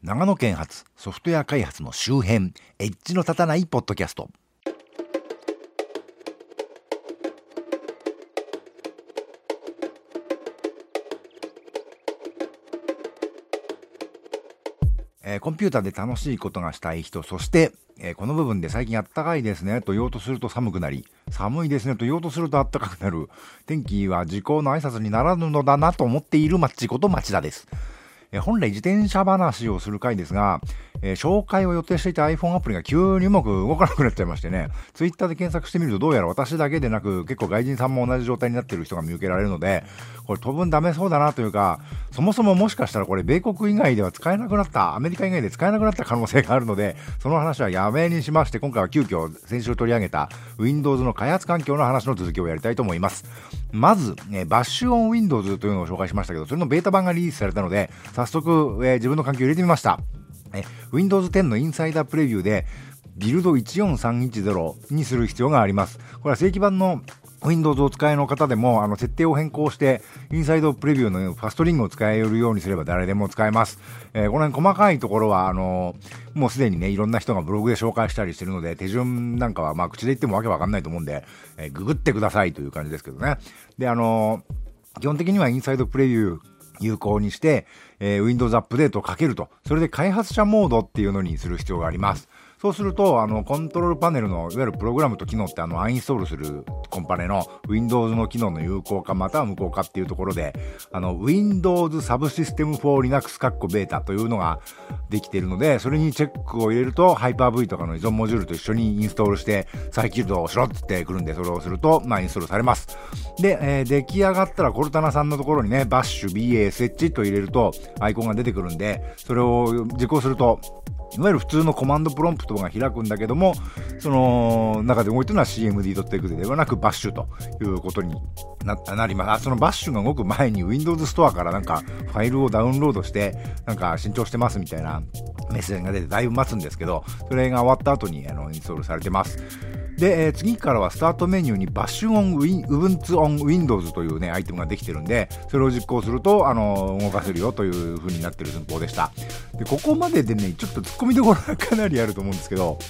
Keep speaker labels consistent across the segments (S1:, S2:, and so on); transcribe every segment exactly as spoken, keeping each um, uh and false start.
S1: 長野県発ソフトウェア開発の周辺、エッジの立たないポッドキャスト。えー、コンピューターで楽しいことがしたい人、そして、えー、この部分で最近あったかいですねと言おうとすると寒くなり、寒いですねと言おうとするとあったかくなる。天気は時効の挨拶にならぬのだなと思っているマッチこと町田です。えー、本来自転車話をする回ですが、えー、紹介を予定していた iPhone アプリが急にうまく動かなくなっちゃいましてね、Twitter で検索してみるとどうやら私だけでなく結構外人さんも同じ状態になっている人が見受けられるので、これ当分ダメそうだなというか、そもそももしかしたらこれ米国以外では使えなくなった、アメリカ以外で使えなくなった可能性があるので、その話はやめにしまして、今回は急遽先週取り上げた Windows の開発環境の話の続きをやりたいと思います。まず、えー、バッシュオン Windows というのを紹介しましたけど、それのベータ版がリリースされたので、早速、えー、自分の環境を入れてみました。え Windows テンのインサイダープレビューでビルドいちよんさんいちゼロにする必要があります。これは正規版の Windows をお使いの方でもあの設定を変更してインサイドプレビューのファストリングを使えるようにすれば誰でも使えます。えー、この辺細かいところはあのもうすでにねいろんな人がブログで紹介したりしてるので、手順なんかはまあ口で言ってもわけわかんないと思うんで、えー、ググってくださいという感じですけどね。であのー、基本的にはインサイドプレビュー有効にして、えー、Windows アップデートをかけると。それで開発者モードっていうのにする必要があります。そうすると、あの、コントロールパネルの、いわゆるプログラムと機能ってあの、アンインストールするコンパネの Windows の機能の有効化または無効化っていうところで、あの、Windows Subsystem for Linux カッコベータというのができているので、それにチェックを入れると、ハイパー V とかの依存モジュールと一緒にインストールして、再起動しろって言ってくるんで、それをすると、まあ、インストールされます。で、えー、出来上がったらコルタナさんのところにね、バッシュ ビーエーエスエイチ と入れると、アイコンが出てくるんで、それを実行すると、いわゆる普通のコマンドプロンプトが開くんだけども、その中で動いてるのは シーエムディードットエクゼ ではなくバッシュということに な, なります。あ、そのバッシュが動く前に Windows ストアからなんかファイルをダウンロードしてなんか新調してますみたいなメッセージが出てだいぶ待つんですけど、それが終わった後にあのインストールされてます。で、えー、次からはスタートメニューにバッシュオン Ubuntu on Windows というねアイテムができてるんで、それを実行するとあの動かせるよという風になってる寸法でした。でここまででねちょっと突っ込みどころがかなりあると思うんですけど、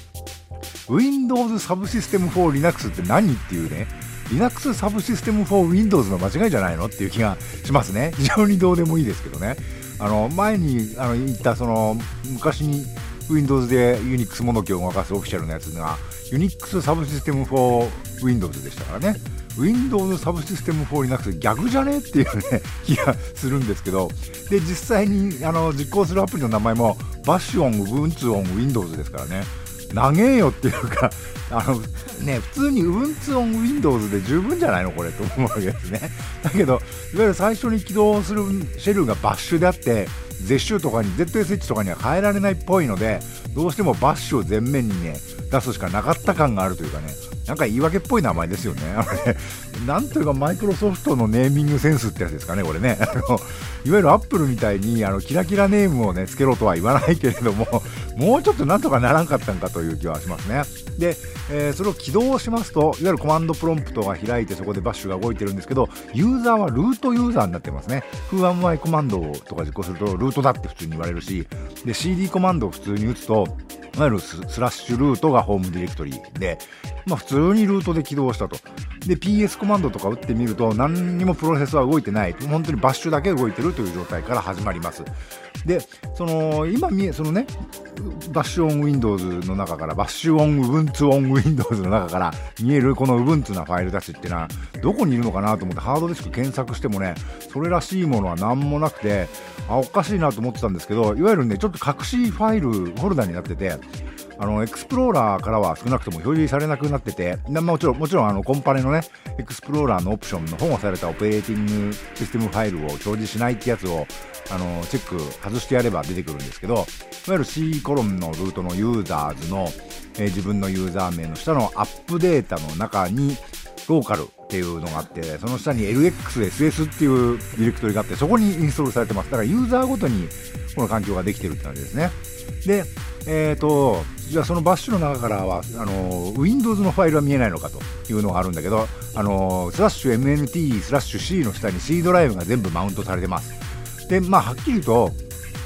S1: Windows Subsystem for Linux って何っていうね、 Linux Subsystem for Windows の間違いじゃないのっていう気がしますね。非常にどうでもいいですけどね。あの前にあの言ったその昔に Windows で Unix モノキを動かすオフィシャルのやつが Unix Subsystem for Windows でしたからね。Windows Subsystem for Linux 逆じゃねっていうね気がするんですけど、で実際にあの実行するアプリの名前も Bash on Ubuntu on Windows ですからね。長えよっていうか、あのね普通に Ubuntu on Windows で十分じゃないのこれと思うわけですね。だけどいわゆる最初に起動するシェルが Bash であって ゼット とかに ゼットエスエイチ とかには変えられないっぽいので、どうしても Bash を前面にね出すしかなかった感があるというかね、なんか言い訳っぽい名前ですよね。あのねなんというかマイクロソフトのネーミングセンスってやつですかねこれね。あのいわゆるアップルみたいにあのキラキラネームをねつけろとは言わないけれども、もうちょっとなんとかならんかったんかという気はしますね。で、えー、それを起動しますといわゆるコマンドプロンプトが開いてそこでバッシュが動いてるんですけど、ユーザーはルートユーザーになってますね。フーアンワイコマンドとか実行するとルートだって普通に言われるし、で シーディー コマンドを普通に打つといわゆるスラッシュルートがホームディレクトリで、まあ、普通にルートで起動したと。で ピーエス コマンドとか打ってみると何にもプロセスは動いてない、本当にバッシュだけ動いてるという状態から始まります。でその今見えそのねバッシュオン Windows の中からバッシュオン Ubuntu on Windows の中から見えるこの Ubuntu なファイルたちってのはどこにいるのかなと思ってハードディスク検索してもねそれらしいものは何もなくて、あおかしいなと思ってたんですけど、いわゆるねちょっと隠しファイルフォルダになってて、あのエクスプローラーからは少なくとも表示されなくなってて、もちろんもちろんあのコンパネのねエクスプローラーのオプションの保護されたオペレーティングシステムファイルを表示しないってやつをあのチェック外してやれば出てくるんですけど、いわゆる C コロンのルートのユーザーズの、えー、自分のユーザー名の下のアップデータの中にローカルっていうのがあって、その下に エルエックスエスエス っていうディレクトリがあって、そこにインストールされてます。だからユーザーごとにこの環境ができてるって感じですね。で、えーと、じゃあそのバッシュの中からはあの Windows のファイルは見えないのかというのがあるんだけど、あのスラッシュ エムエヌティー スラッシュ C の下に C ドライブが全部マウントされてます。で、まあはっきりと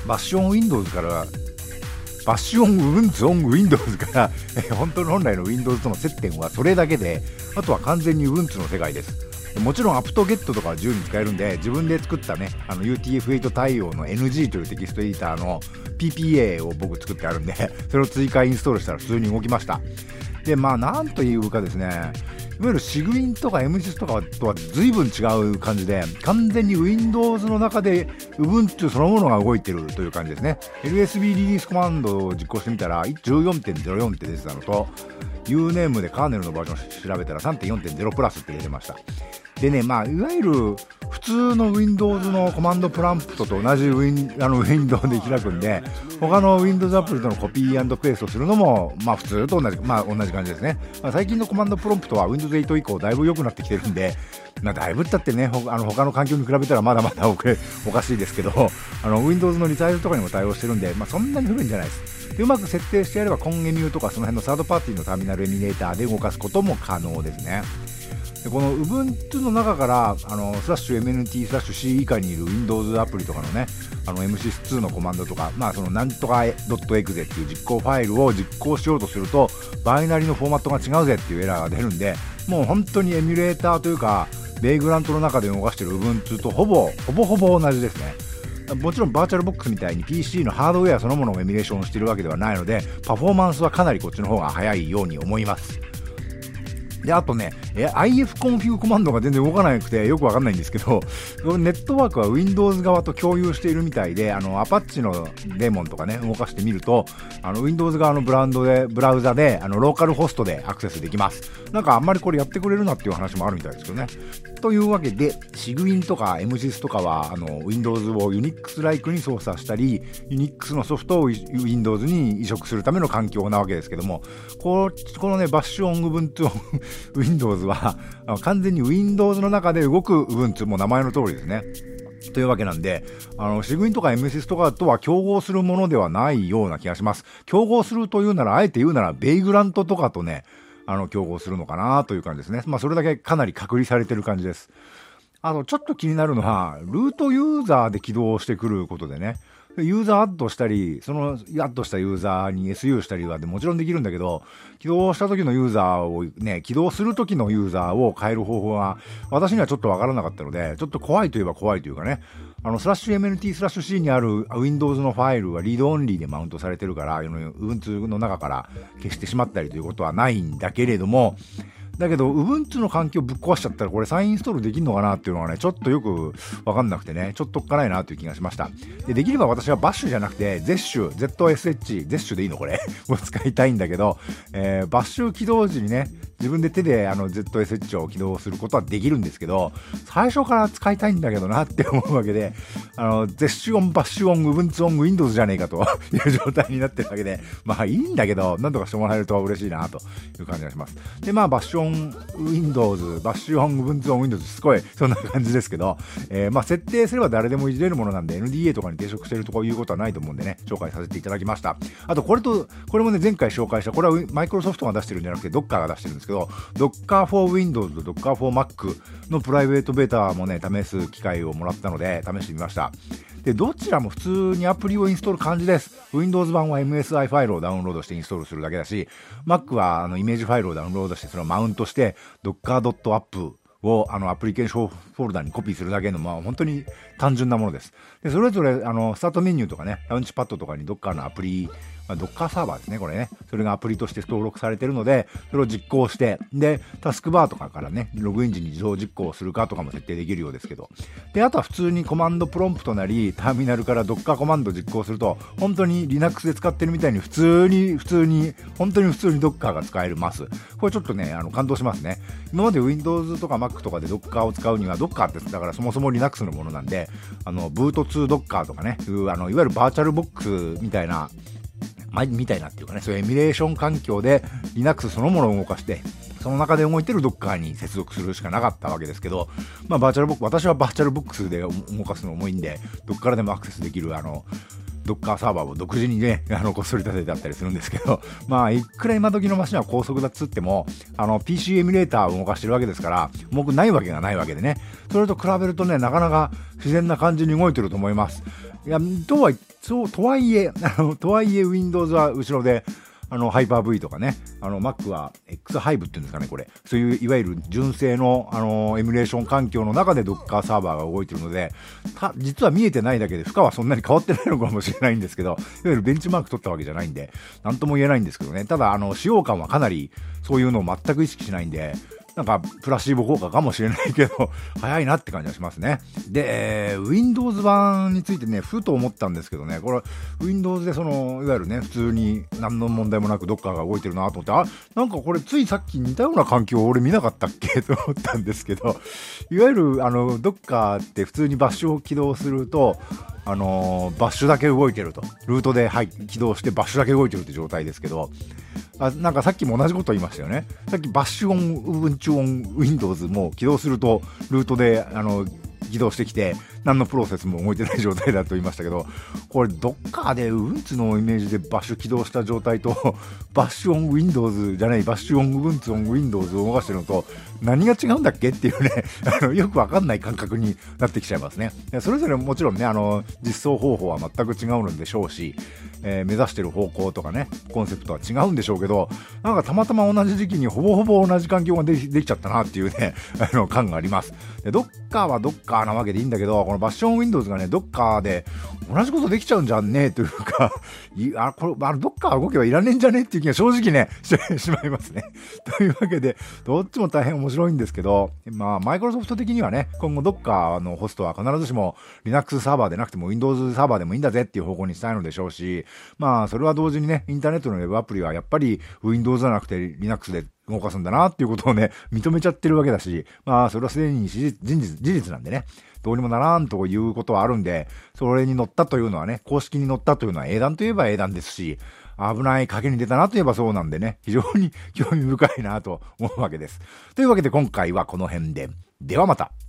S1: バッシュオン Windows からバッシュオン Ubuntu on Windows から、えー、本当の本来の Windows との接点はそれだけで、あとは完全に Ubuntu の世界です。もちろん apt-get とかは自由に使えるんで、自分で作ったね、あの ユーティーエフエイト 対応の エヌジー というテキストエディターの ピーピーエー を僕作ってあるんで、それを追加インストールしたら普通に動きました。で、まあなんというかですね、いわゆるシグインとか エムシス とかとは随分違う感じで、完全に Windows の中で Ubuntu そのものが動いてるという感じですね。エルエスビー リリースコマンドを実行してみたら じゅうよんてんゼロよん って出てたのと、ユーネーム でカーネルのバージョンを調べたら さんてんよんてんゼロ プラスって出てました。でね、まあ、いわゆる普通の Windows のコマンドプランプトと同じ Win あの Windows で開くんで、他の Windows アプリとのコピー&ペーストするのも、まあ普通と同じ、まあ同じ感じですね。まあ、最近のコマンドプロンプトは Windows エイト以降だいぶ良くなってきてるんで、まあ、だいぶったってね、ほあの他の環境に比べたらまだまだ遅れおかしいですけど、あの Windows のリサイズとかにも対応してるんで、まあそんなに不便じゃないです。でうまく設定してやればコンエミューとかその辺のサードパーティーのターミナルエミュレーターで動かすことも可能ですね。でこの Ubuntu の中からあのスラッシュ エムエヌティー スラッシュ C 以下にいる Windows アプリとかのね、あの エムシスツー のコマンドとか、まあそのなんとか .exe っていう実行ファイルを実行しようとするとバイナリのフォーマットが違うぜっていうエラーが出るんで、もう本当にエミュレーターというかベイグラントの中で動かしている Ubuntu とほぼほぼほぼ同じですね。もちろんバーチャルボックスみたいに ピーシー のハードウェアそのものをエミュレーションしているわけではないので、パフォーマンスはかなりこっちの方が早いように思います。であとね、え アイエフ コンフィグコマンドが全然動かなくてよくわかんないんですけど、ネットワークは Windows 側と共有しているみたいで、あの Apache のデーモンとかね動かしてみると、あの Windows 側のブラウンドでブラウザであのローカルホストでアクセスできます。なんかあんまりこれやってくれるなっていう話もあるみたいですけどね。というわけでシグインとか エムシス とかはあの Windows を Unix-like に操作したり Unix のソフトを Windows に移植するための環境なわけですけども、ここのねバッシュオン Ubuntu Windows は完全に Windows の中で動く Ubuntu、もう名前の通りですね。というわけなんで、あのシグインとか エムシス とかとは競合するものではないような気がします。競合するというなら、あえて言うならベイグラントとかとね、あの競合するのかなという感じですね。まあそれだけかなり隔離されてる感じです。あとちょっと気になるのはルートユーザーで起動してくることでね、ユーザーアッドしたり、そのアッドしたユーザーに エスユー したりはでもちろんできるんだけど、起動した時のユーザーをね、起動する時のユーザーを変える方法は私にはちょっとわからなかったので、ちょっと怖いといえば怖いというかね、あのスラッシュ エムエヌティー スラッシュ C にある Windows のファイルはリードオンリーでマウントされてるから、Ubuntu の中から消してしまったりということはないんだけれども、だけど Ubuntu の環境ぶっ壊しちゃったらこれ再インストールできるのかなっていうのがね、ちょっとよくわかんなくてね、ちょっとおっかないなという気がしました。で、できれば私はバッシュじゃなくて Zesh、ゼットエスエイチ、Zesh でいいのこれを使いたいんだけど、えー、バッシュ起動時にね、自分で手であの ゼットエスエイチ を起動することはできるんですけど、最初から使いたいんだけどなって思うわけで、あの Zesh オン、バッシュオン、Ubuntu オン、Windows じゃねえかという状態になってるわけで、まあいいんだけど、なんとかしてもらえると嬉しいなという感じがします。で、まあバッシュオン Windows、バッシュオン、Ubuntu オン、Windows、すごいそんな感じですけど、えー、まあ設定すれば誰でもいじれるものなんで エヌディーエー とかに抵触してるとかいうことはないと思うんでね、紹介させていただきました。あとこれと、これもね前回紹介した、これはマイクロソフトが出してるんじゃなくて Docker が出してるんですけど、Docker for Windows と Docker for Mac のプライベートベータもね試す機会をもらったので試してみました。でどちらも普通にアプリをインストール感じです。 Windows 版は エムエスアイ ファイルをダウンロードしてインストールするだけだし、 Mac はあのイメージファイルをダウンロードしてそれをマウントして Docker.app をあのアプリケーションフォルダにコピーするだけの、まあ本当に単純なものです。でそれぞれあのスタートメニューとかね、ラウンチパッドとかに Docker のアプリ、まあ、Docker サーバーですね、これね。それがアプリとして登録されているので、それを実行して、で、タスクバーとかからね、ログイン時に自動実行するかとかも設定できるようですけど。で、あとは普通にコマンドプロンプトなり、ターミナルから Docker コマンド実行すると、本当に Linux で使ってるみたいに普通に、普通に、本当に普通に Docker が使えるます。これちょっとね、あの、感動しますね。今まで Windows とか Mac とかで Docker を使うには、Docker ってだからそもそも Linux のものなんで、あの、ブートツー Docker とかね、いうあの、いわゆるバーチャルボックスみたいな、みたいなっていうかね、そういうエミュレーション環境で Linux そのものを動かして、その中で動いてる Docker に接続するしかなかったわけですけど、まあバーチャルボックス、私はバーチャルボックスで動かすの重いんで、どっからでもアクセスできるあのドッカーサーバーを独自にね、あの、こっそり立ててあったりするんですけど、まあ、いくら今時のマシンは高速だっつっても、あの、ピーシー エミュレーターを動かしてるわけですから、僕ないわけがないわけでね。それと比べるとね、なかなか自然な感じに動いてると思います。いや、とは、そう、とはいえ、あの、とはいえ Windows は後ろで、あの、ハイパー ブイ とかね、あの、Mac は X ハイブっていうんですかね、これ。そういう、いわゆる純正の、あの、エミュレーション環境の中で Docker サーバーが動いてるので、た、実は見えてないだけで、負荷はそんなに変わってないのかもしれないんですけど、いわゆるベンチマーク取ったわけじゃないんで、なんとも言えないんですけどね。ただ、あの、使用感はかなり、そういうのを全く意識しないんで、なんか、プラシーボ効果かもしれないけど、早いなって感じがしますね。で、えー、Windows 版についてね、ふと思ったんですけどね、これ、Windows でその、いわゆるね、普通に何の問題もなく Docker が動いてるなと思って、あ、なんかこれついさっき似たような環境を俺見なかったっけと思ったんですけど、いわゆる、あの、Docker って普通にバッシュを起動すると、あのー、バッシュだけ動いてると。ルートで、はい、起動してバッシュだけ動いてるって状態ですけど、あ、なんかさっきも同じこと言いましたよね。さっきバッシュオン、Ubuntu on Windows も起動すると、ルートで、あの、起動してきて、何のプロセスも動いてない状態だと言いましたけど、これ、Docker で Ubuntu のイメージでバッシュ起動した状態と、バッシュオン Windows じゃない、バッシュオン Ubuntu on Windows を動かしてるのと、何が違うんだっけっていうね、あの、よくわかんない感覚になってきちゃいますね。それぞれもちろんね、あの、実装方法は全く違うのでしょうし、えー、目指してる方向とかね、コンセプトは違うんでしょうけど、なんかたまたま同じ時期にほぼほぼ同じ環境ができ、できちゃったなっていうね、あの、感があります。で、Docker は Docker なわけでいいんだけど、このバッシュオン Windows がね、Docker で同じことできちゃうんじゃんねえというか、いあ、これ、あの、Docker 動けばいらねえんじゃねえっていう気が正直ね、してしまいますね。というわけで、どっちも大変面白いんですけど、まあ、マイクロソフト的にはね、今後 Docker のホストは必ずしも Linux サーバーでなくても Windows サーバーでもいいんだぜっていう方向にしたいのでしょうし、まあ、それは同時にね、インターネットのウェブアプリはやっぱり Windows じゃなくて Linux で動かすんだなっていうことをね、認めちゃってるわけだし、まあ、それはすでに事実、事実なんでね、どうにもならんということはあるんで、それに乗ったというのはね、公式に乗ったというのは英断といえば英断ですし、危ない賭けに出たなといえばそうなんでね、非常に興味深いなと思うわけです。というわけで今回はこの辺で、ではまた。